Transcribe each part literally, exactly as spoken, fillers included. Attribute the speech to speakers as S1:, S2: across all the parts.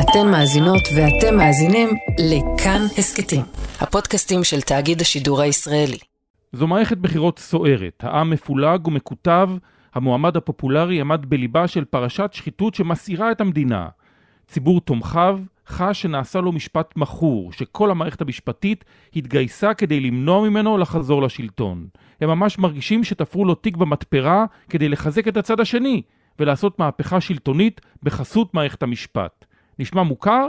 S1: אתן מאזינות ואתם מאזינים לכאן הסקטים, הפודקאסטים של תאגיד השידור הישראלי.
S2: זו מערכת בחירות סוערת, העם מפולג ומקוטב, המועמד הפופולרי עמד בליבה של פרשת שחיתות שמסעירה את המדינה. ציבור תומכיו חש שנעשה לו משפט מחור, שכל המערכת המשפטית התגייסה כדי למנוע ממנו לחזור לשלטון. הם ממש מרגישים שתפרו לו תיק במטפרה כדי לחזק את הצד השני, ולעשות מהפכה שלטונית בחסות מערכת המשפט. נשמע מוכר?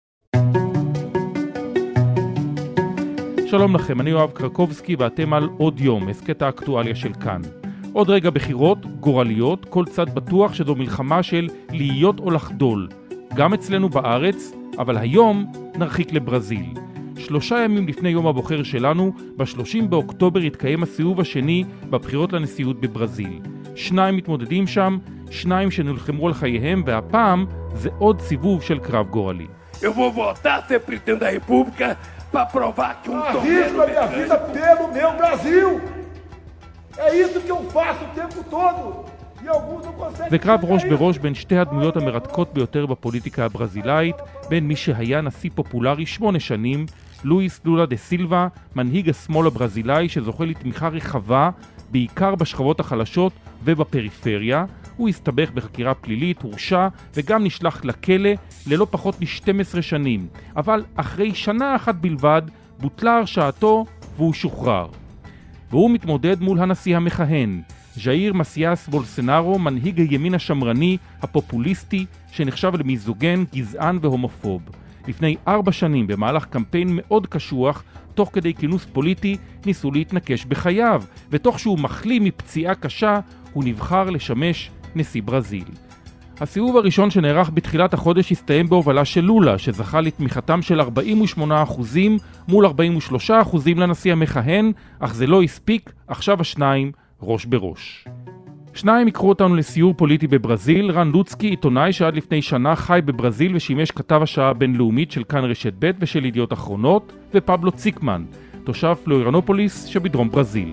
S2: שלום לכם, אני יואב קרקובסקי ואתם על עוד יום, הסקט האקטואליה של כאן. עוד רגע בחירות, גורליות, כל צד בטוח שזו מלחמה של להיות או לחדול. גם אצלנו בארץ, אבל היום נרחיק לברזיל. שלושה ימים לפני יום הבוחר שלנו, ב-שלושים באוקטובר התקיים הסיבוב השני בבחירות לנשיאות בברזיל. שניים מתמודדים שם, שניים שנלחמו על חייהם, והפעם זה עוד סיבוב של קרב גורלי.
S3: Eu vou votar ser presidente da República para provar que um
S4: Arrisco a minha vida pelo meu Brasil. É isso que eu faço o tempo todo. E alguns não conseguem.
S2: זה קרב ראש בראש בין שתי הדמויות המרתקות ביותר בפוליטיקה הברזילאית, בין מי שהיה נשיא פופולרי שמונה שנים, לואיס לולה דה סילבה, מנהיג השמאל הברזילאי שזוכה לתמיכה רחבה, בעיקר בשכבות החלשות ובפריפריה. הוא הסתבך בחקירה פלילית, הורשע וגם נשלח לכלא ללא פחות מ-שתים עשרה שנים. אבל אחרי שנה אחת בלבד בוטלה הרשעתו והוא שוחרר. והוא מתמודד מול הנשיא המכהן, ז'איר מסיאס בולסונארו, מנהיג הימין השמרני הפופוליסטי שנחשב למיזוגן, גזען והומופוב. לפני ארבע שנים במהלך קמפיין מאוד קשוח, תוך כדי כינוס פוליטי ניסו להתנקש בחייו, ותוך שהוא מחלים מפציעה קשה הוא נבחר לשמש נשיא ברזיל. הסיבוב הראשון שנערך בתחילת החודש הסתיים בהובלה של לולה, שזכה לתמיכתם של ארבעים ושמונה אחוז מול ארבעים ושלושה אחוז לנשיא המכהן, אך זה לא הספיק, עכשיו השניים ראש בראש. שניים יקחו אותנו לסיור פוליטי בברזיל, רן לוצקי, עיתונאי שעד לפני שנה חי בברזיל ושימש כתב השעה הבינלאומית של כאן רשת ב' ושל ידיעות אחרונות, ופבלו ציקמן, תושב פלוריאנופוליס שבדרום ברזיל.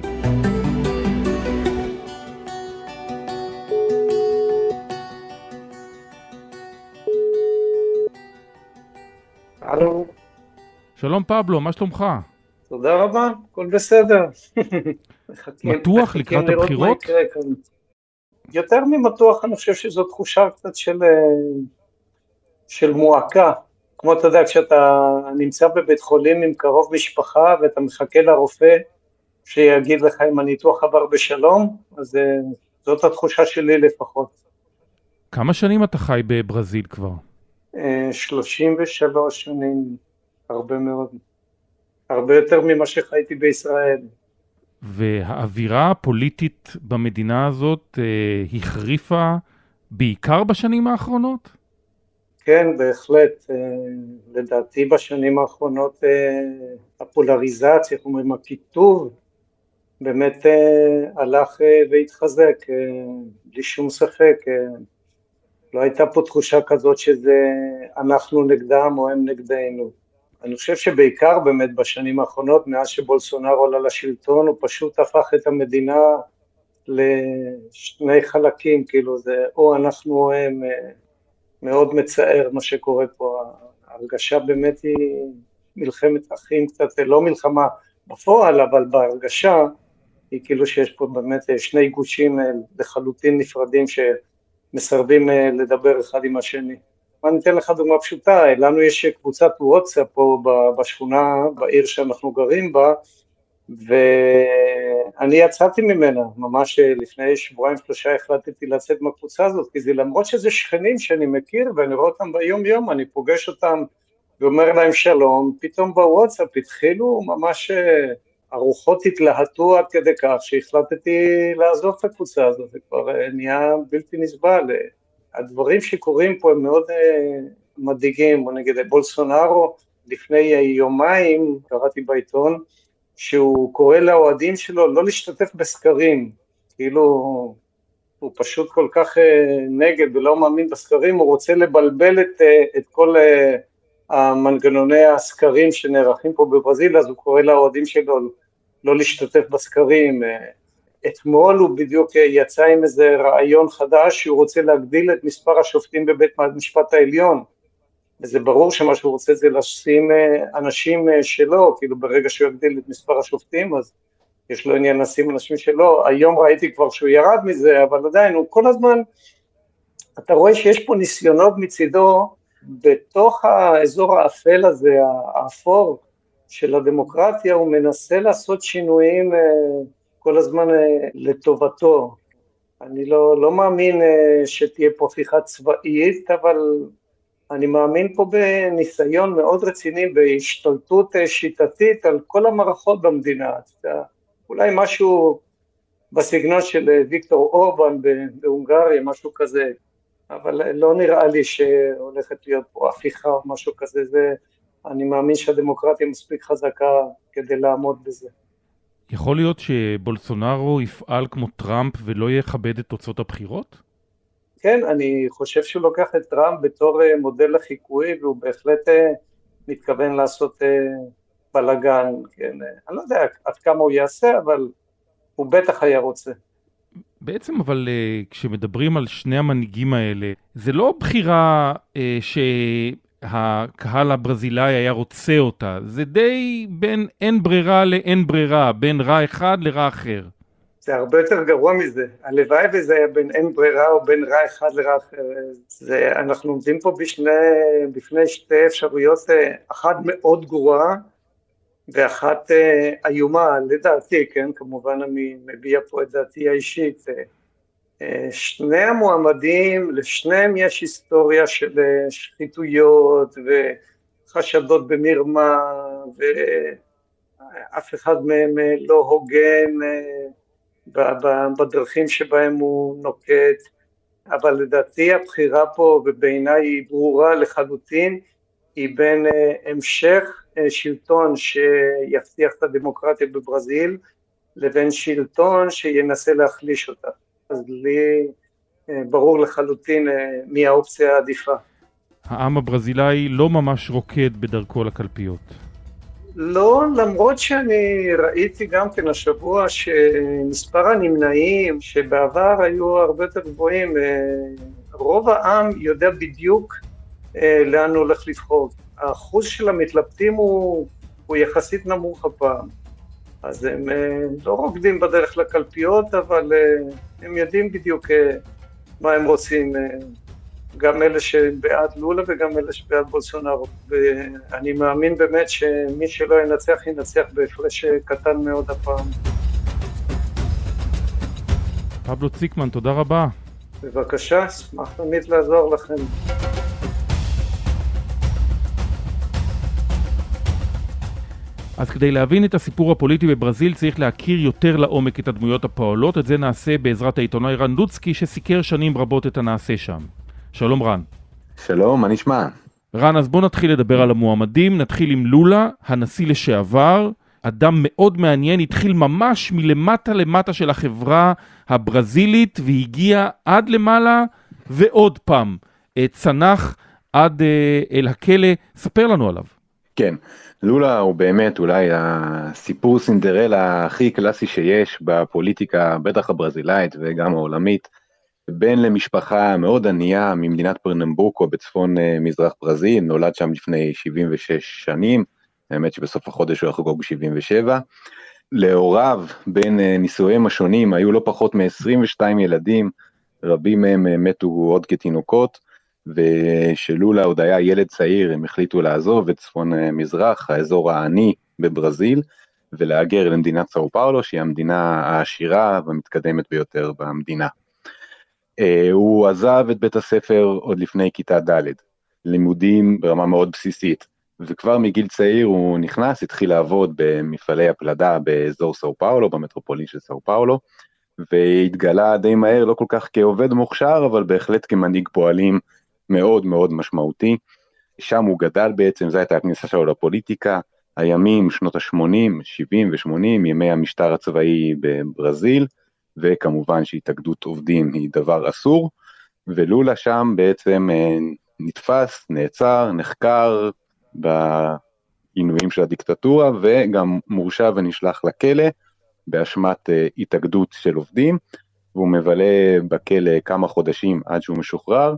S5: הלו.
S2: שלום פבלו, מה שלומך?
S5: תודה רבה, הכל בסדר.
S2: מתוח לקראת הבחירות?
S5: יותר ממתוח, אני חושב שזו תחושה קצת של, של מועקה. כמו אתה יודע, כשאתה נמצא בבית חולים עם קרוב משפחה ואתה מחכה לרופא שיגיד לך אם הניתוח עבר בשלום, אז זאת התחושה שלי לפחות.
S2: כמה שנים אתה חי בברזיל כבר?
S5: שלושים ושלוש שנים, הרבה מאוד. הרבה יותר ממה שחייתי בישראל.
S2: והאווירה הפוליטית במדינה הזאת אה, החריפה בעיקר בשנים האחרונות?
S5: כן, בהחלט. אה, לדעתי בשנים האחרונות אה, הפולריזציה, כמו עם הכיתוב, באמת אה, הלך אה, והתחזק, אה, בלי שום ספק. אה, לא הייתה פה תחושה כזאת שזה אנחנו נגדם או הם נגדנו. אני חושב שבעיקר באמת בשנים האחרונות, מאז שבולסונארו עלה לשלטון, הוא פשוט הפך את המדינה לשני חלקים, כאילו זה או אנחנו או הם, מאוד מצער מה שקורה פה. ההרגשה באמת היא מלחמת אחים קצת, לא מלחמה בפועל, אבל בהרגשה היא כאילו שיש פה באמת שני גושים לחלוטין נפרדים שמסרבים לדבר אחד עם השני. אני אתן לך דוגמה פשוטה, לנו יש קבוצת וואטסאפ פה בשכונה, בעיר שאנחנו גרים בה, ואני יצאתי ממנה, ממש לפני שבועיים שלושה החלטתי לצאת מהקבוצה הזאת, כי זה למרות שזה שכנים שאני מכיר, ואני רואה אותם ביום יום, אני פוגש אותם ואומר להם שלום, פתאום בוואטסאפ התחילו ממש הרוחות התלהטו עד כדי כך, שהחלטתי לעזוב את הקבוצה הזאת, זה כבר נהיה בלתי נסבל. הדברים שקורים פה הם מאוד uh, מדאיגים, נגיד בולסונארו לפני יומיים, קראתי בעיתון, שהוא קורא לאוהדים שלו לא להשתתף בסקרים, כאילו הוא פשוט כל כך uh, נגד ולא מאמין בסקרים, הוא רוצה לבלבל את, uh, את כל uh, המנגנוני הסקרים שנערכים פה בברזיל, אז הוא קורא לאוהדים שלו לא להשתתף בסקרים. אתמול הוא בדיוק יצא עם איזה רעיון חדש, שהוא רוצה להגדיל את מספר השופטים בבית המשפט העליון, וזה ברור שמה שהוא רוצה זה לשים אנשים שלו, כאילו ברגע שהוא יגדיל את מספר השופטים, אז יש לו עניין לשים אנשים שלו. היום ראיתי כבר שהוא ירד מזה, אבל עדיין הוא כל הזמן, אתה רואה שיש פה ניסיונות מצידו, בתוך האזור האפל הזה, האפור של הדמוקרטיה, הוא מנסה לעשות שינויים כל הזמן לטובתו. אני לא, לא מאמין שתהיה פה הפיכה צבאית, אבל אני מאמין פה בניסיון מאוד רציני, בהשתלטות שיטתית על כל המערכות במדינה. אולי משהו בסגנון של ויקטור אורבן בהונגריה, משהו כזה, אבל לא נראה לי שהולכת להיות פה הפיכה או משהו כזה. זה, אני מאמין שהדמוקרטיה מספיק חזקה כדי לעמוד בזה.
S2: יכול להיות שבולסונארו יפעל כמו טראמפ ולא יכבד את תוצאות הבחירות?
S5: כן, אני חושב שהוא לוקח את טראמפ בתור מודל לחיקוי, והוא בהחלט מתכוון לעשות בלגן. כן. אני לא יודע עד כמה הוא יעשה, אבל הוא בטח היה רוצה.
S2: בעצם אבל כשמדברים על שני המנהיגים האלה, זה לא בחירה שהקהל הברזילאי היה רוצה אותה, זה די בין אין ברירה לאין ברירה, בין רע אחד לרע אחר.
S5: זה הרבה יותר גרוע מזה. הלוואי וזה היה בין אין ברירה או בין רע אחד לרע אחר. זה, אנחנו עומדים פה בשני, בפני שתי אפשרויות, אחת מאוד גרועה ואחת איומה, לדעתי, כן, כמובן אני מביע פה את דעתי האישית. שני המועמדים, לשניהם יש היסטוריה של שחיתויות וחשדות במרמה, ואף אחד מהם לא הוגן בדרכים שבהם הוא נוקט, אבל לדעתי הבחירה פה, ובעיניי היא ברורה לחלוטין, היא בין המשך שלטון שיבטיח את הדמוקרטיה בברזיל, לבין שלטון שינסה להחליש אותה. אז לי ברור לחלוטין מי האופציה העדיפה.
S2: העם הברזילאי לא ממש רוקד בדרכו לקלפיות.
S5: לא, למרות שאני ראיתי גם כן השבוע שמספר הנמנעים שבעבר היו הרבה יותר גבוהים, רוב העם יודע בדיוק לאן הוא הולך לבחור. האחוז של המתלבטים הוא, הוא יחסית נמוך הפעם. אז הם לא רוקדים בדרך לקלפיות, אבל הם יודעים בדיוק מה הם רוצים, גם אלה שבעד לולה וגם אלה שבעד בולסונארו. ואני מאמין באמת שמי שלא ינצח, ינצח בהפרש קטן מאוד הפעם.
S2: פבלו ציקמן, תודה רבה.
S5: בבקשה, אשמח תמיד לעזור לכם.
S2: אז כדי להבין את הסיפור הפוליטי בברזיל צריך להכיר יותר לעומק את הדמויות הפועלות. את זה נעשה בעזרת העיתונאי רן לוצקי שסיקר שנים רבות את הנעשה שם. שלום רן.
S6: שלום, מה נשמע?
S2: רן, אז בוא נתחיל לדבר על המועמדים. נתחיל עם לולה, הנשיא לשעבר. אדם מאוד מעניין, התחיל ממש מלמטה למטה של החברה הברזילית והגיע עד למעלה ועוד פעם. צנח עד אל הכלא. ספר לנו עליו.
S6: כן, לולה הוא באמת אולי הסיפור סינדרלה הכי קלאסי שיש בפוליטיקה, בטח הברזילאית וגם העולמית. בן למשפחה מאוד ענייה ממדינת פרנמבוקו בצפון מזרח ברזיל, נולד שם לפני שבעים ושש שנים, האמת שבסוף החודש הוא יחגוג שבעים ושבע. להוריו בין נישואיהם השונים היו לא פחות מ-עשרים ושניים ילדים, רבים מהם מתו עוד כתינוקות, ושלולה עוד היה ילד צעיר, הם החליטו לעזוב את צפון מזרח, האזור העני בברזיל, ולהגר למדינת סאו פאולו, שהיא המדינה העשירה והמתקדמת ביותר במדינה. הוא עזב את בית הספר עוד לפני כיתה ד', לימודים ברמה מאוד בסיסית, וכבר מגיל צעיר הוא נכנס, התחיל לעבוד במפעלי הפלדה באזור סאו פאולו, במטרופולין של סאו פאולו, והתגלה די מהר לא כל כך כעובד מוכשר, אבל בהחלט כמנהיג פועלים מאוד מאוד משמעותי. שם הוא גדל בעצם, זו הייתה הכניסה שלו לפוליטיקה, הימים שנות ה-שמונים, שבעים ו-שמונים, ימי המשטר הצבאי בברזיל, וכמובן שהתאגדות עובדים היא דבר אסור, ולולה שם בעצם נתפס, נעצר, נחקר בעינויים של הדיקטטורה, וגם מורשע ונשלח לכלא, באשמת התאגדות של עובדים, והוא מבלה בכלא כמה חודשים עד שהוא משוחרר,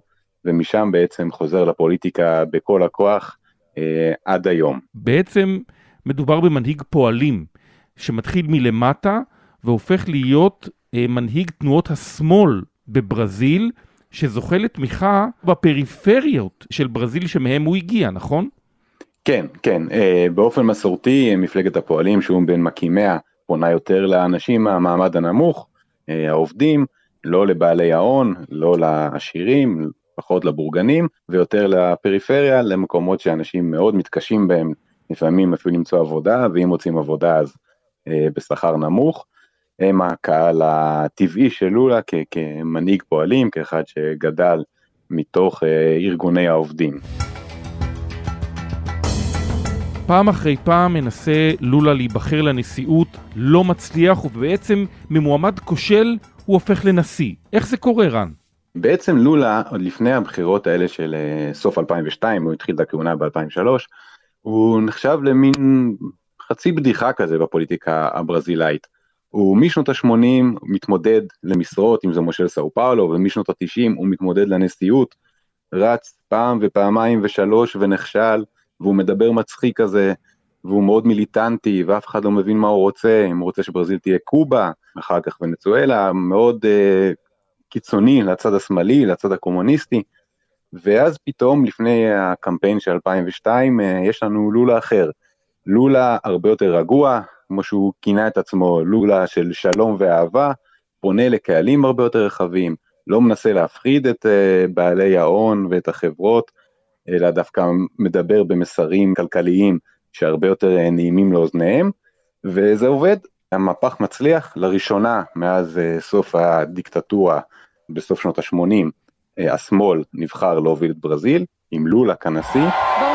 S6: ומשם בעצם חוזר לפוליטיקה בכל הכוח אה, עד היום.
S2: בעצם מדובר במנהיג פועלים שמתחיל מלמטה והופך להיות אה, מנהיג תנועות השמאל בברזיל, שזוכה לתמיכה בפריפריות של ברזיל שמהם הוא הגיע, נכון?
S6: כן, כן. אה, באופן מסורתי, מפלגת הפועלים, שהוא בין מקימיה, פונה יותר לאנשים מהמעמד הנמוך, אה, העובדים, לא לבעלי ההון, לא לעשירים, פחות לבורגנים, ויותר לפריפריה, למקומות שאנשים מאוד מתקשים בהם, לפעמים אפילו למצוא עבודה, ואם רוצים עבודה אז אה, בשכר נמוך. הם הקהל הטבעי של לולה כ- כמנהיג פועלים, כאחד שגדל מתוך אה, ארגוני העובדים.
S2: פעם אחרי פעם מנסה לולה להיבחר לנשיאות, לא מצליח, ובעצם ממועמד כושל הוא הופך לנשיא. איך זה קורה, רן?
S6: בעצם לולה, עוד לפני הבחירות האלה של סוף אלפיים ושתיים, הוא התחיל את הכהונה ב-אלפיים ושלוש, הוא נחשב למין חצי בדיחה כזה בפוליטיקה הברזילאית. הוא משנות ה-שמונים מתמודד למשרות, אם זה מושל סאו פאולו, ומשנות ה-תשעים הוא מתמודד לנשיאות, רץ פעם ופעמיים ושלוש ונכשל, והוא מדבר מצחיק כזה, והוא מאוד מיליטנטי, ואף אחד לא מבין מה הוא רוצה, אם הוא רוצה שברזיל תהיה קובה, אחר כך ונצואלה, מאוד uh, קיצוני לצד השמאלי, לצד הקומוניסטי, ואז פתאום לפני הקמפיין של אלפיים ושתיים, uh, יש לנו לולה אחר, לולה הרבה יותר רגוע, כמו שהוא כינה את עצמו, לולה של שלום ואהבה, פונה לקהלים הרבה יותר רחבים, לא מנסה להפחיד את uh, בעלי ההון ואת החברות, אלא דווקא מדבר במסרים כלכליים שהרבה יותר נעימים לאוזניהם, וזה עובד. המהפך מצליח, לראשונה מאז סוף הדיקטטורה, בסוף שנות ה-שמונים, השמאל נבחר להוביל את ברזיל, עם לולה כנשיא.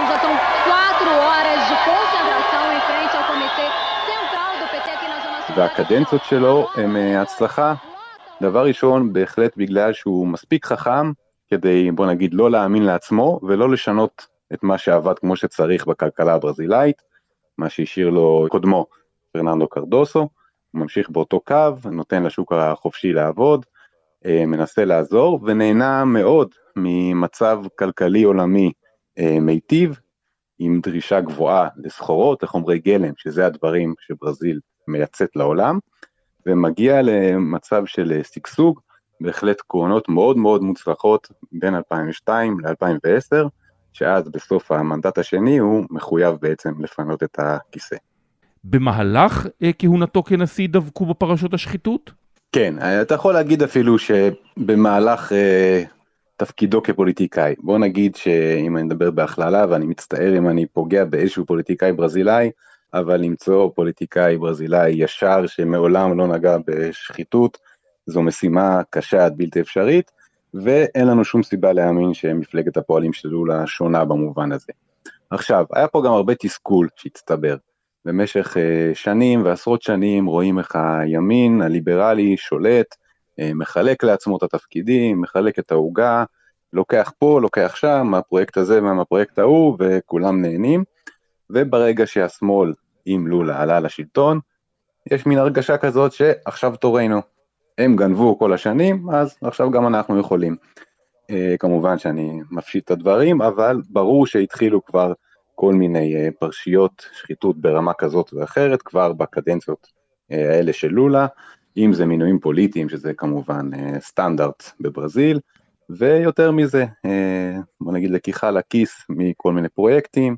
S6: והקדנציות שלו הם הצלחה. דבר ראשון, בהחלט בגלל שהוא מספיק חכם, כדי, בוא נגיד, לא להאמין לעצמו, ולא לשנות את מה שעבד כמו שצריך בכלכלה הברזילאית, מה שהשאיר לו קודמו, פרננדו קרדוסו, הוא ממשיך באותו קו, נותן לשוק החופשי לעבוד, מנסה לעזור, ונהנה מאוד ממצב כלכלי עולמי מיטיב, עם דרישה גבוהה לסחורות, לחומרי גלם, שזה הדברים שברזיל מייצאת לעולם, ומגיע למצב של סגסוג, בהחלט כהונות מאוד מאוד מוצלחות בין אלפיים ושתיים ל-אלפיים ועשר, שאז בסוף המנדט השני הוא מחויב בעצם לפנות את הכיסא.
S2: במהלך כהונתו כנשיא דבקו בפרשות השחיתות?
S6: כן, אתה יכול להגיד אפילו שבמהלך אה, תפקידו כפוליטיקאי, בוא נגיד שאם אני מדבר בהכללה, ואני מצטער אם אני פוגע באיזשהו פוליטיקאי ברזילאי, אבל למצוא פוליטיקאי ברזילאי ישר שמעולם לא נגע בשחיתות, זו משימה קשה עד בלתי אפשרית, ואין לנו שום סיבה להאמין שמפלגת הפועלים של לולה שונה במובן הזה. עכשיו, היה פה גם הרבה תסכול שהצטבר. במשך uh, שנים ועשרות שנים רואים איך הימין הליברלי שולט, uh, מחלק לעצמו את התפקידים, מחלק את ההוגה, לוקח פה, לוקח שם, מהפרויקט הזה ומהפרויקט ההוא, וכולם נהנים. וברגע שהשמאל עם לולה עלה לשלטון, יש מין הרגשה כזאת שעכשיו תורנו. הם גנבו כל השנים, אז עכשיו גם אנחנו יכולים. Uh, כמובן שאני מפשיט את הדברים, אבל ברור שהתחילו כבר כל מיני uh, פרשיות שחיתות ברמה כזאת ואחרת, כבר בקדנציות uh, האלה של לולה, אם זה מינויים פוליטיים, שזה כמובן uh, סטנדרט בברזיל, ויותר מזה, uh, בוא נגיד לקיחה לכיס מכל מיני פרויקטים,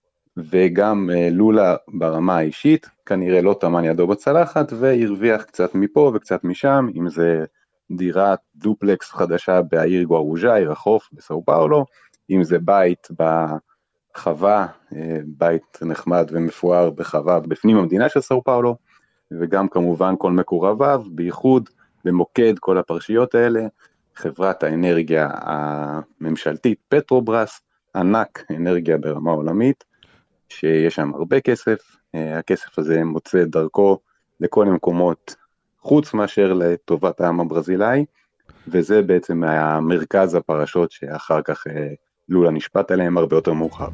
S6: וגם uh, לולה ברמה האישית, כנראה לא תמן ידו בצלחת, והרוויח קצת מפה וקצת משם, אם זה דירת דופלקס חדשה בעיר גוארוז'ה, עיר החוף בסאו פאולו, אם זה בית בחווה, בית נחמד ומפואר בחווה בפנים המדינה של סאו פאולו, וגם כמובן כל מקורביו, בייחוד במוקד כל הפרשיות האלה, חברת האנרגיה הממשלתית פטרוברס, ענק אנרגיה ברמה עולמית, שיש שם הרבה כסף, הכסף הזה מוצא דרכו לכל המקומות חוץ מאשר לטובת העם הברזילאי, וזה בעצם המרכז הפרשות שאחר כך לולה נשפט עליהם הרבה יותר מאוחר.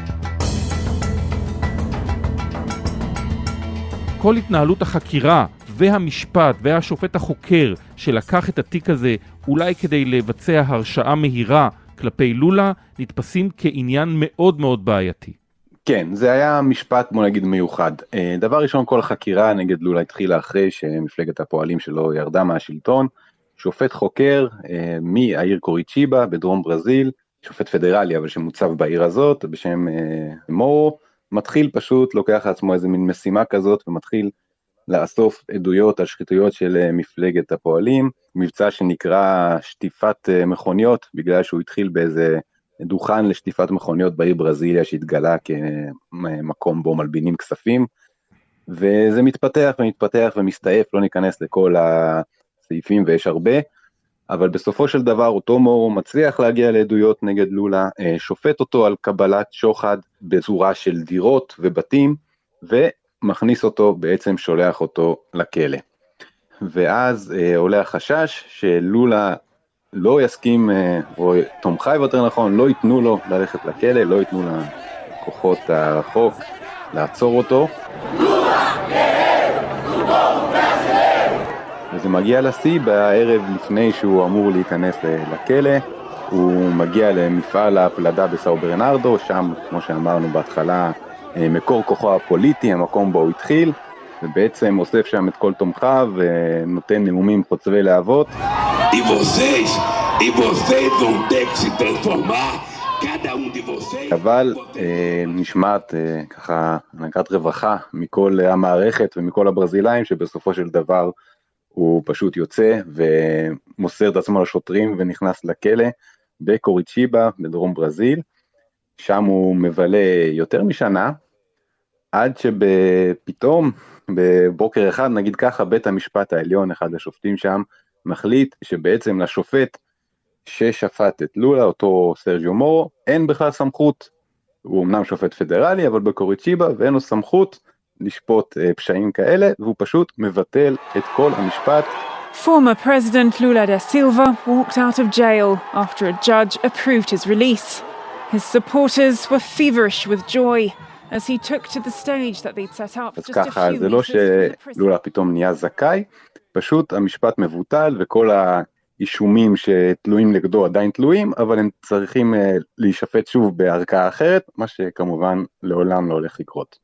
S2: כל התנהלות החקירה והמשפט והשופט החוקר שלקח את התיק הזה אולי כדי לבצע הרשעה מהירה כלפי לולה, נתפסים כעניין מאוד מאוד בעייתי.
S6: כן, זה היה משפט, בוא נגיד, מיוחד. דבר ראשון, כל החקירה נגד לולה התחילה אחרי שמפלגת הפועלים שלו ירדה מהשלטון. שופט חוקר מהעיר קוריצ'יבה בדרום ברזיל, שופט פדרלי אבל שמוצב בעיר הזאת בשם מורו, מתחיל פשוט, לוקח לעצמו איזה מין משימה כזאת ומתחיל לאסוף עדויות על שחיתויות של מפלגת הפועלים, מבצע שנקרא שטיפת מכוניות, בגלל שהוא התחיל באיזה דוכן לשטיפת מכוניות בעיר ברזיליה שהתגלה כמקום בו מלבינים כספים, וזה מתפתח ומתפתח ומסתעף, לא ניכנס לכל הסעיפים ויש הרבה, אבל בסופו של דבר אותו מורו מצליח להגיע לעדויות נגד לולה, שופט אותו על קבלת שוחד בצורה של דירות ובתים, ומכניס אותו, בעצם שולח אותו לכלא. ואז עולה החשש שלולה לא יסכים, או תומכיו יותר נכון, לא ייתנו לו ללכת לכלא, לא ייתנו לכוחות החוק לעצור אותו. וזה מגיע לשיא בערב לפני שהוא אמור להיכנס לכלא, הוא מגיע למפעל הפלדה בסאו ברנרדו, שם כמו שאמרנו בהתחלה מקור כוחו הפוליטי, המקום בו הוא התחיל, ובעצם אוסף שם את כל תומכיו ונותן נאומים חוצבי להבות. אבל נשמעת ככה הנהגת רווחה מכל המערכת ומכל הברזילאים, שבסופו של דבר הוא פשוט יוצא ומוסר את עצמו לשוטרים ונכנס לכלא בקוריצ'יבה בדרום ברזיל. שם הוא מבלה יותר משנה, עד שבפתאום בבוקר אחד, נגיד ככה, בית המשפט העליון, אחד השופטים שם, מחליט שבעצם לשופט ששפט את לולה, אותו סרג'יו מורו, אין בכלל סמכות. הוא אמנם שופט פדרלי, אבל בקוריצ'יבה, ואין לו סמכות לשפוט פשעים כאלה, והוא פשוט מבטל את כל המשפט.
S7: Former President Lula da Silva walked out of jail after a judge approved his release. His supporters were feverish with joy as he took to the stage that they'd set up just a few
S6: אז ככה, זה לא שלולה פתאום נהיה זכאי, פשוט המשפט מבוטל וכל האישומים שתלויים נגדו עדיין תלויים, אבל הם צריכים להישפט שוב בערכאה אחרת, מה שכמובן לעולם לא הולך לקרות.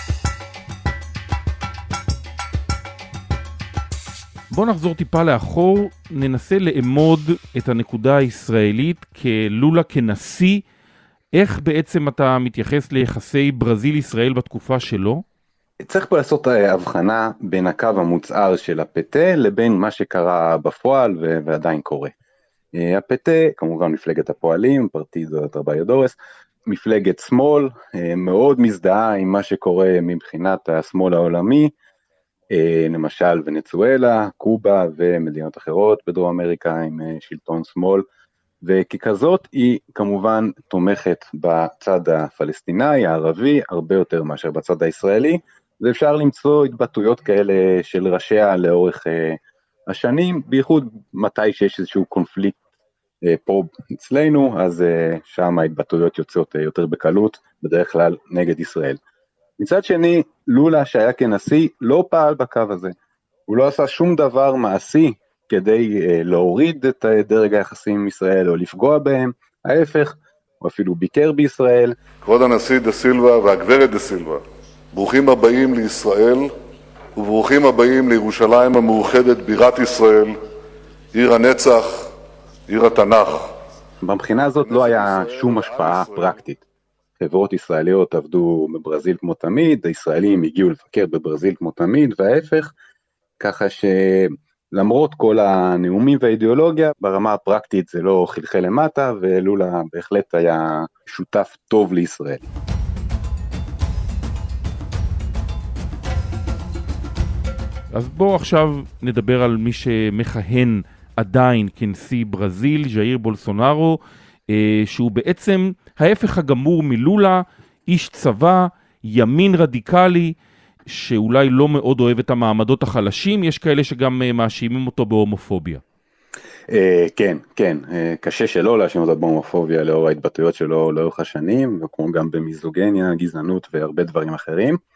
S2: בוא נחזור טיפה לאחור, ננסה לאמוד את הנקודה הישראלית כלולה כנשיא. איך בעצם אתה מתייחס ליחסי ברזיל-ישראל בתקופה שלו?
S6: צריך פה לעשות הבחנה בין הקו המוצהר של הפטה לבין מה שקרה בפועל ועדיין קורה. הפטה, כמובן מפלגת הפועלים, פרטידו טרביידורס, מפלגת שמאל, מאוד מזדהה עם מה שקורה מבחינת השמאל העולמי, למשל ונצואלה, קובה ומדינות אחרות בדרום אמריקה עם שלטון שמאל, וככזאת היא כמובן תומכת בצד הפלסטיני, הערבי, הרבה יותר מאשר בצד הישראלי, ואפשר למצוא התבטאויות כאלה של ראשיה לאורך השנים, בייחוד מתי שיש איזשהו קונפליקט פה אצלנו, אז שם ההתבטאויות יוצאות יותר בקלות, בדרך כלל נגד ישראל. מצד שני, לולה שהיה כנשיא לא פעל בקו הזה, הוא לא עשה שום דבר מעשי כדי להוריד את דרג היחסים עם ישראל או לפגוע בהם, ההפך, הוא אפילו ביקר בישראל.
S8: כבוד הנשיא דה סילבה והגברת דה סילבה, ברוכים הבאים לישראל וברוכים הבאים לירושלים המאוחדת, בירת ישראל, עיר הנצח, עיר התנ"ך.
S6: מבחינה הזאת לא היה שום השפעה פרקטית. חברות ישראליות עבדו בברזיל כמו תמיד, הישראלים הגיעו לבקר בברזיל כמו תמיד, וההפך, ככה שלמרות כל הנאומים והאידיאולוגיה, ברמה הפרקטית זה לא חלחל למטה, ולולה בהחלט היה שותף טוב לישראל.
S2: אז בואו עכשיו נדבר על מי שמכהן עדיין כנשיא ברזיל, ז'איר בולסונארו, שהוא בעצם ההפך הגמור מלולה, איש צבא, ימין רדיקלי, שאולי לא מאוד אוהב את המעמדות החלשים, יש כאלה שגם מאשימים אותו בהומופוביה.
S6: כן, כן, קשה שלא להאשים אותו בהומופוביה לאור ההתבטאויות שלו לאורך השנים, וכמו גם במיזוגניה, גזענות והרבה דברים אחרים,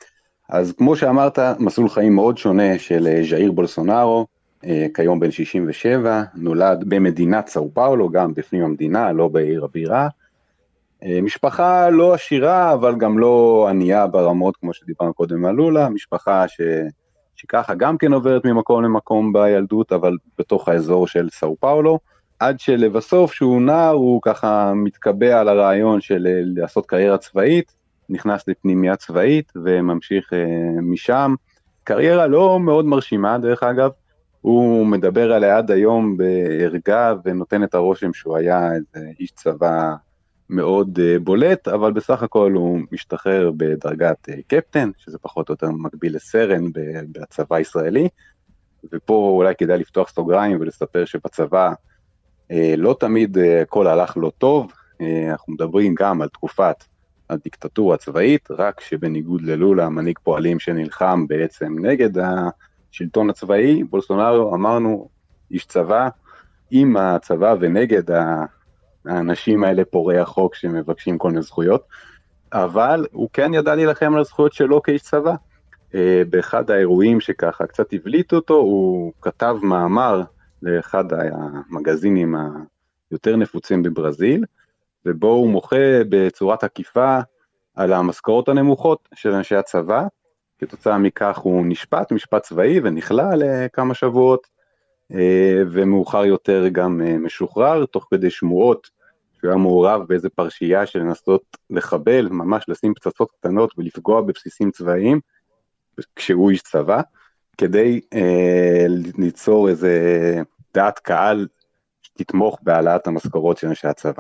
S6: אז כמו שאמרת, מסלול חיים מאוד שונה של ז'איר בולסונארו, כיום בן שישים ושבע, נולד במדינת סאו פאולו, גם בפנים המדינה, לא בעיר הבירה. משפחה לא עשירה, אבל גם לא ענייה ברמות, כמו שדיברנו קודם על לולה, משפחה ש... שככה גם כן עוברת ממקום למקום בילדות, אבל בתוך האזור של סאו פאולו, עד שלבסוף שהוא נער, הוא ככה מתקבע על הרעיון של לעשות קריירה צבאית, נכנס לפנימיה צבאית וממשיך uh, משם. קריירה לא מאוד מרשימה דרך אגב, הוא מדבר עליה עד היום בהרגע ונותן את הרושם שהוא היה איזה איש צבא מאוד uh, בולט, אבל בסך הכל הוא משתחרר בדרגת uh, קפטן, שזה פחות או יותר מקביל לסרן בצבא הישראלי, ופה אולי כדאי לפתוח סוגריים ולספר שבצבא uh, לא תמיד uh, הכל הלך לא טוב, uh, אנחנו מדברים גם על תקופת הדיקטטורה הצבאית, רק שבניגוד ללולה, מנהיג פועלים שנלחם בעצם נגד השלטון הצבאי, בולסונארו אמרנו, איש צבא, עם הצבא ונגד האנשים האלה פורעי החוק שמבקשים כל מיני זכויות, אבל הוא כן ידע להילחם על הזכויות שלו כאיש צבא. באחד האירועים שככה קצת הבליט אותו, הוא כתב מאמר לאחד המגזינים היותר נפוצים בברזיל, ובו הוא מוחה בצורת עקיפה על המשכורות הנמוכות של אנשי הצבא, כתוצאה מכך הוא נשפט, משפט צבאי, ונכלא לכמה שבועות, ומאוחר יותר גם משוחרר, תוך כדי שמועות, שהוא היה מעורב באיזה פרשייה של לנסות לחבל, ממש לשים פצצות קטנות ולפגוע בבסיסים צבאיים, כשהוא איש צבא, כדי אה, ליצור איזה דעת קהל שתתמוך בהעלאת המשכורות של אנשי הצבא.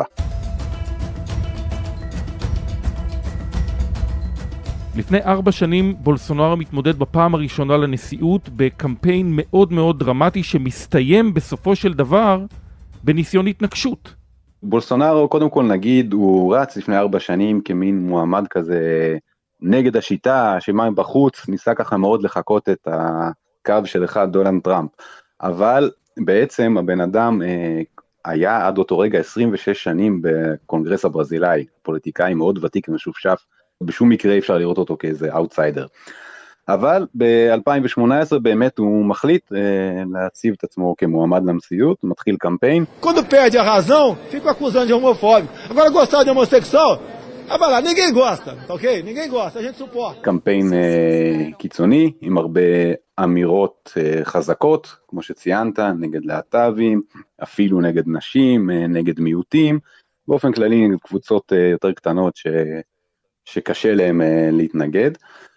S2: לפני ארבע שנים בולסונארו מתמודד בפעם הראשונה לנשיאות בקמפיין מאוד מאוד דרמטי שמסתיים בסופו של דבר בניסיון התנגשות.
S6: בולסונארו קודם כל נגיד הוא רץ לפני ארבע שנים כמין מועמד כזה נגד השיטה, שמה בחוץ, ניסה ככה מאוד לחכות את הקו של אחד דונלד טראמפ, אבל בעצם הבן אדם אה, היה עד אותו רגע עשרים ושש שנים בקונגרס הברזילאי, פוליטיקאי מאוד ותיק ומשופשף, בשום מקרה אי אפשר לראות אותו כאיזה אאוטסיידר. אבל ב-אלפיים שמונה עשרה באמת הוא מחליט אה, להציב את עצמו כמועמד לנשיאות, מתחיל קמפיין.
S4: Quando perde a razão, fica acusando de homofóbico. Agora gostar de homossexual, ah, lá, ninguém gosta, ok? Ninguém gosta, a gente suporta.
S6: קמפיין אה, קיצוני, עם הרבה אמירות אה, חזקות, כמו שציינת, נגד להט"בים, אפילו נגד נשים, אה, נגד מיעוטים, באופן כללי נגד קבוצות אה, יותר קטנות ש... שקשה להם uh, להתנגד,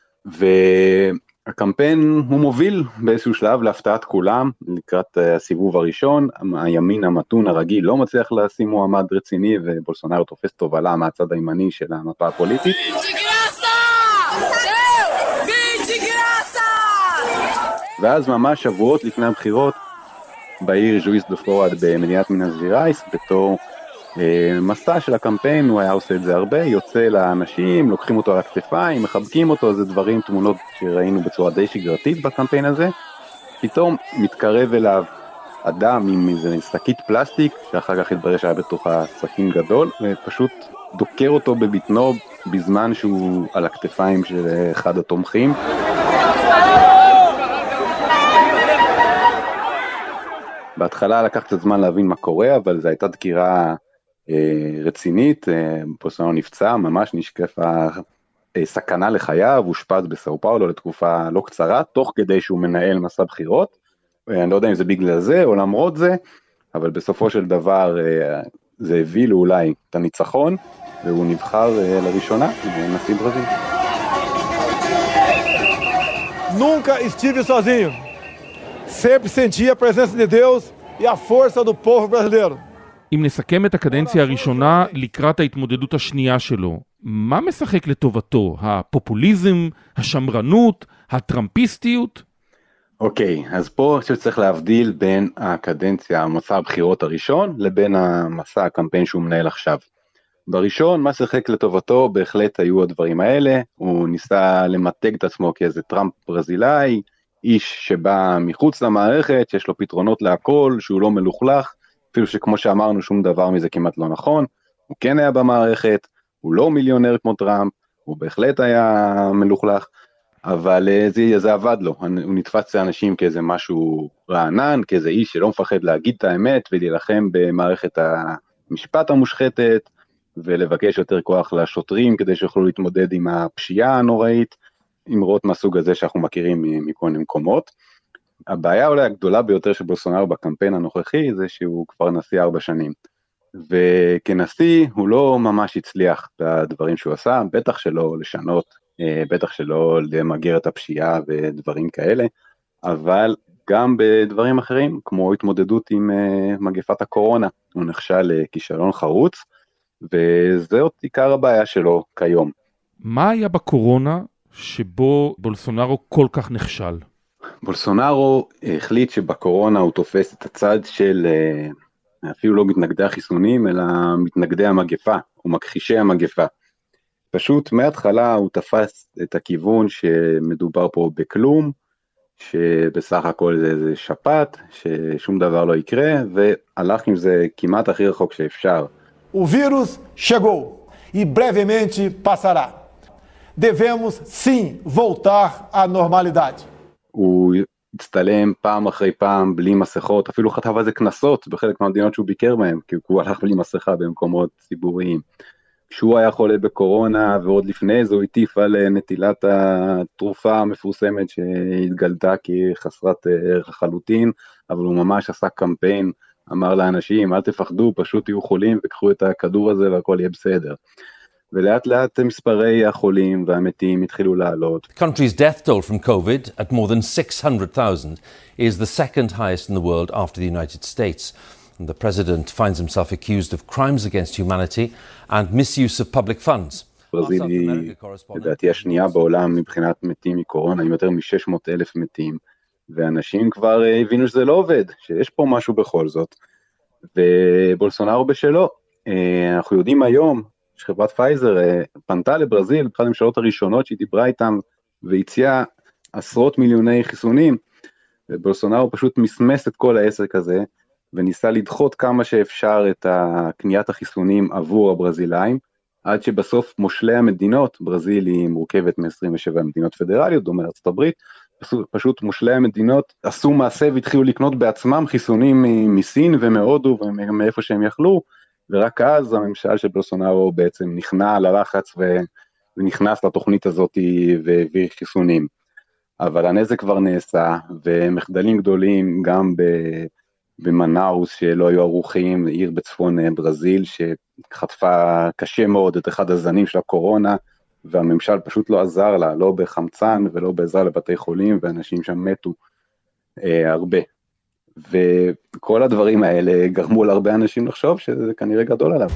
S6: והקמפיין הוא מוביל באיזשהו שלב להפתעת כולם, לקראת uh, הסיבוב הראשון, הימין המתון הרגיל לא מצליח לשים מועמד רציני, ובולסונארו תופס תובלה מהצד הימני של המפה הפוליטית. ואז ממש שבועות לפני הבחירות, בעיר ז'ואיס דה פלורידה במדינת מינס ג'רייס, בתור מסע של הקמפיין, הוא היה עושה את זה הרבה, יוצא לאנשים, לוקחים אותו על הכתפיים, מחבקים אותו, זה דברים, תמונות שראינו בצורה די שגרתית בקמפיין הזה, פתאום מתקרב אליו אדם עם איזה שקית פלסטיק, שאחר כך התברר שהיה בתוכה סכין גדול, ופשוט דוקר אותו בבטנו בזמן שהוא על הכתפיים של אחד התומכים. בהתחלה לקח קצת זמן להבין מה קורה, אבל זו הייתה דקירה רצינית, בולסונארו נפצע, ממש נשקפה סכנה לחייו, הוא אושפז בסאו פאולו לתקופה לא קצרה, תוך כדי שהוא מנהל מסע בחירות, אני לא יודע אם זה בגלל זה או למרות זה, אבל בסופו של דבר זה הביא לו אולי את הניצחון, והוא נבחר לראשונה לנשיא ברזיל.
S4: Nunca estive sozinho. Sempre senti a presença de Deus e a força do povo brasileiro.
S2: אם נסכם את הקדנציה הראשונה לקראת ההתמודדות השנייה שלו, מה משחק לטובתו? הפופוליזם, השמרנות, הטראמפיסטיות?
S6: אוקיי, okay, אז פה שצריך להבדיל בין הקדנציה, מסע הבחירות הראשון, לבין המסע הקמפיין שהוא מנהל עכשיו. בראשון, מה שחק לטובתו, בהחלט היו הדברים האלה, הוא ניסה למתג את עצמו כאיזה טראמפ ברזילאי, איש שבא מחוץ למערכת, שיש לו פתרונות להכל, שהוא לא מלוכלך, אפילו שכמו שאמרנו, שום דבר מזה כמעט לא נכון, הוא כן היה במערכת, הוא לא מיליונר כמו טראמפ, הוא בהחלט היה מלוכלך, אבל זה, זה עבד לו, הוא נתפס לאנשים כאיזה משהו רענן, כאיזה איש שלא מפחד להגיד את האמת ולהילחם במערכת המשפט המושחתת, ולבקש יותר כוח לשוטרים כדי שיוכלו להתמודד עם הפשיעה הנוראית, אמרות מהסוג הזה שאנחנו מכירים מכל מיני מקומות. הבעיה אולי הגדולה ביותר של בולסונארו בקמפיין הנוכחי, זה שהוא כבר נשיא ארבע שנים. וכנשיא הוא לא ממש הצליח בדברים שהוא עשה, בטח שלא לשנות, בטח שלא למגר את הפשיעה ודברים כאלה, אבל גם בדברים אחרים, כמו התמודדות עם מגפת הקורונה, הוא נכשל לכישלון חרוץ, וזאת עיקר הבעיה שלו כיום.
S2: מה היה בקורונה שבו בולסונארו כל כך נכשל?
S6: בולסונארו החליט שבקורונה הוא תופס את הצד של אפילו לא מתנגדי החיסונים, אלא מתנגדי המגפה, או מכחישי המגפה. פשוט מההתחלה הוא תפס את הכיוון שמדובר פה בכלום, שבסך הכל זה, זה שפעת, ששום דבר לא יקרה, והלך עם זה כמעט הכי רחוק שאפשר.
S4: O vírus chegou e brevemente passará. Devemos sim voltar à normalidade.
S6: הוא הצטלם פעם אחרי פעם בלי מסכות, אפילו חטף על זה כנסות בחלק מהמדינות שהוא ביקר מהם, כי הוא הלך בלי מסכה במקומות ציבוריים. כשהוא היה חולה בקורונה, ועוד לפני זה הוא הטיף על נטילת התרופה המפורסמת שהתגלתה כחסרת ערך לחלוטין, אבל הוא ממש עשה קמפיין, אמר לאנשים, אל תפחדו, פשוט תהיו חולים וקחו את הכדור הזה והכל יהיה בסדר. ולאט לאט מספרי החולים והמתים התחילו לעלות.
S9: The country's death toll from COVID at more than six hundred thousand is the second highest in the world after the United States. And the president finds himself accused of crimes against humanity and misuse of public funds.
S6: ברזיל היא, לדעתי, השנייה בעולם מבחינת מתים מקורונה, עם יותר מ-שש מאות אלף מתים, ואנשים כבר הבינו שזה לא עובד, שיש פה משהו בכל זאת, ובולסונארו בשלו. אנחנו יודעים היום, שחברת פייזר פנתה לברזיל, אחת הממשלות הראשונות שהיא דיברה איתם, והציעה עשרות מיליוני חיסונים, ובולסונארו פשוט מסמס את כל העסק הזה, וניסה לדחות כמה שאפשר את קניית החיסונים עבור הברזילאים, עד שבסוף מושלי המדינות, ברזיל היא מורכבת מ-עשרים ושבע מדינות פדרליות, דומה לארצות הברית, פשוט מושלי המדינות עשו מעשה והתחילו לקנות בעצמם חיסונים מסין ומהודו ומאיפה שהם יכלו, ורק אז הממשל של בולסונארו בעצם נכנע ללחץ ונכנס לתוכנית הזאת והביא חיסונים. אבל הנזק כבר נעשה, ומחדלים גדולים גם במנאוס שלא היו ערוכים, עיר בצפון ברזיל שחטפה קשה מאוד את אחד הזנים של הקורונה, והממשל פשוט לא עזר לה, לא בחמצן ולא בעזרה לבתי חולים, ואנשים שם מתו אה, הרבה. וכל הדברים האלה גרמו להרבה אנשים לחשוב שזה כנראה גדול עליו.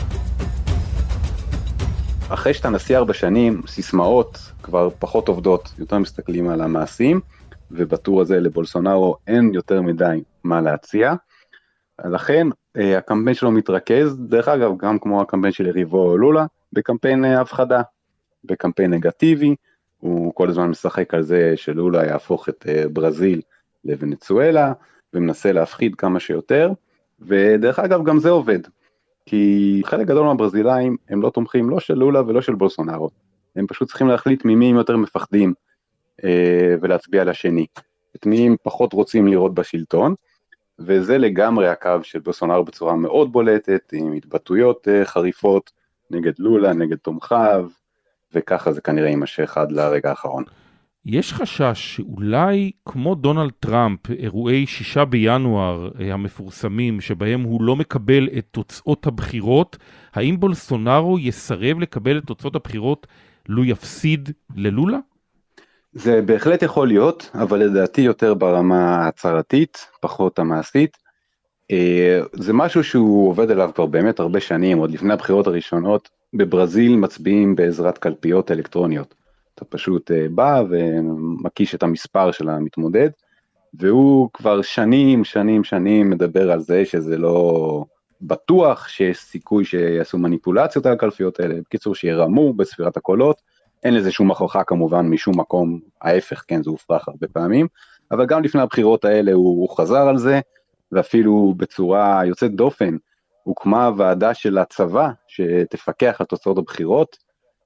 S6: אחרי שאתה נשיא ארבע שנים, סיסמאות כבר פחות עובדות, יותר מסתכלים על המעשים, ובטור הזה לבולסונארו אין יותר מדי מה להציע, לכן אה, הקמפיין שלו מתרכז, דרך אגב גם כמו הקמפיין של יריבו לולה, בקמפיין אה, הפחדה. בקמפיין נגטיבי, הוא כל הזמן משחק על זה שלולה יהפוך את ברזיל לוונצואלה, ומנסה להפחיד כמה שיותר, ודרך אגב גם זה עובד, כי חלק גדול מהברזילאים הם לא תומכים לא של לולה ולא של בולסונארו, הם פשוט צריכים להחליט ממי הם יותר מפחדים, ולהצביע לשני, את מי הם פחות רוצים לראות בשלטון, וזה לגמרי הקו של בולסונארו בצורה מאוד בולטת, עם התבטאויות חריפות, נגד לולה, נגד תומכיו, וככה זה כנראה יימשך עד לרגע האחרון.
S2: יש חשש שאולי כמו דונלד טראמפ, אירועי שישה בינואר המפורסמים, שבהם הוא לא מקבל את תוצאות הבחירות, האם בולסונארו יסרב לקבל את תוצאות הבחירות לו יפסיד ללולה?
S6: זה בהחלט יכול להיות, אבל לדעתי יותר ברמה ההצהרתית, פחות המעשית. זה משהו שהוא עובד עליו כבר באמת הרבה שנים, עוד לפני הבחירות הראשונות, בברזיל מצביעים בעזרת קלפיות אלקטרוניות. אתה פשוט בא ומקיש את המספר של המתמודד, והוא כבר שנים, שנים, שנים מדבר על זה שזה לא בטוח, שיש סיכוי שיעשו מניפולציות על הקלפיות האלה, בקיצור שירמו בספירת הקולות, אין לזה שום הוכחה כמובן משום מקום, ההפך, כן, זה הופרך הרבה פעמים, אבל גם לפני הבחירות האלה הוא, הוא חזר על זה, ואפילו בצורה יוצאת דופן, הוקמה ועדה של הצבא שתפקח על תוצאות הבחירות,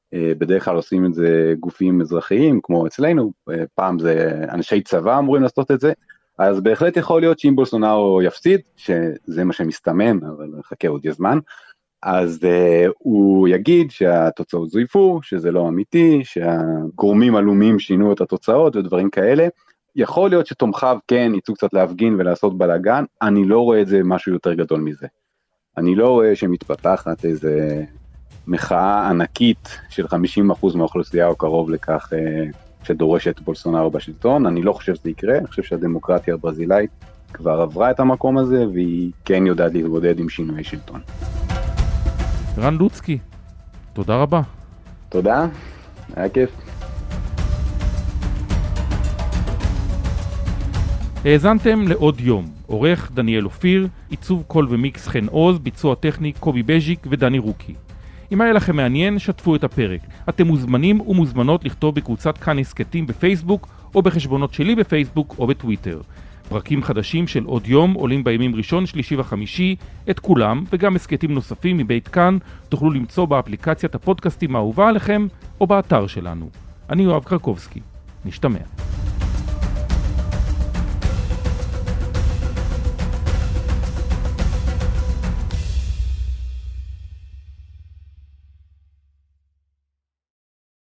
S6: בדרך כלל עושים את זה גופים אזרחיים, כמו אצלנו, פעם זה אנשי צבא אמורים לעשות את זה, אז בהחלט יכול להיות שאם בולסונארו יפסיד, שזה מה שמסתמן, אבל חכה עוד יזמן, אז uh, הוא יגיד שהתוצאות זויפו, שזה לא אמיתי, שהגורמים הלאומיים שינו את התוצאות ודברים כאלה. יכול להיות שתומכיו כן יצאו קצת להפגין ולעשות בלגן, אני לא רואה את זה משהו יותר גדול מזה. אני לא רואה שמתפתחת איזה מחאה ענקית של חמישים אחוז מהאוכלוסייה או קרוב לכך uh, שדורשת בולסונארו בשלטון. אני לא חושב שזה יקרה, אני חושב שהדמוקרטיה הברזילאית כבר עברה את המקום הזה, והיא כן יודעת להתמודד עם שינוי שלטון.
S2: רן לוצקי, תודה רבה.
S6: תודה, היה כיף.
S2: האזנתם לעוד יום, עורך דניאל אופיר, עיצוב קול ומיקס חן עוז, ביצוע טכני קובי בז'יק ודני רוקי. אם היה לכם מעניין, שתפו את הפרק. אתם מוזמנים ומוזמנות לכתוב בקבוצת כאן הסקטים בפייסבוק, או בחשבונות שלי בפייסבוק או בטוויטר. פרקים חדשים של עוד יום עולים בימים ראשון, שלישי וחמישי, את כולם וגם הסקטים נוספים מבית כאן תוכלו למצוא באפליקציית הפודקאסטים האהובה עליכם או באתר שלנו. אני יואב קרקובסקי, נשתמע.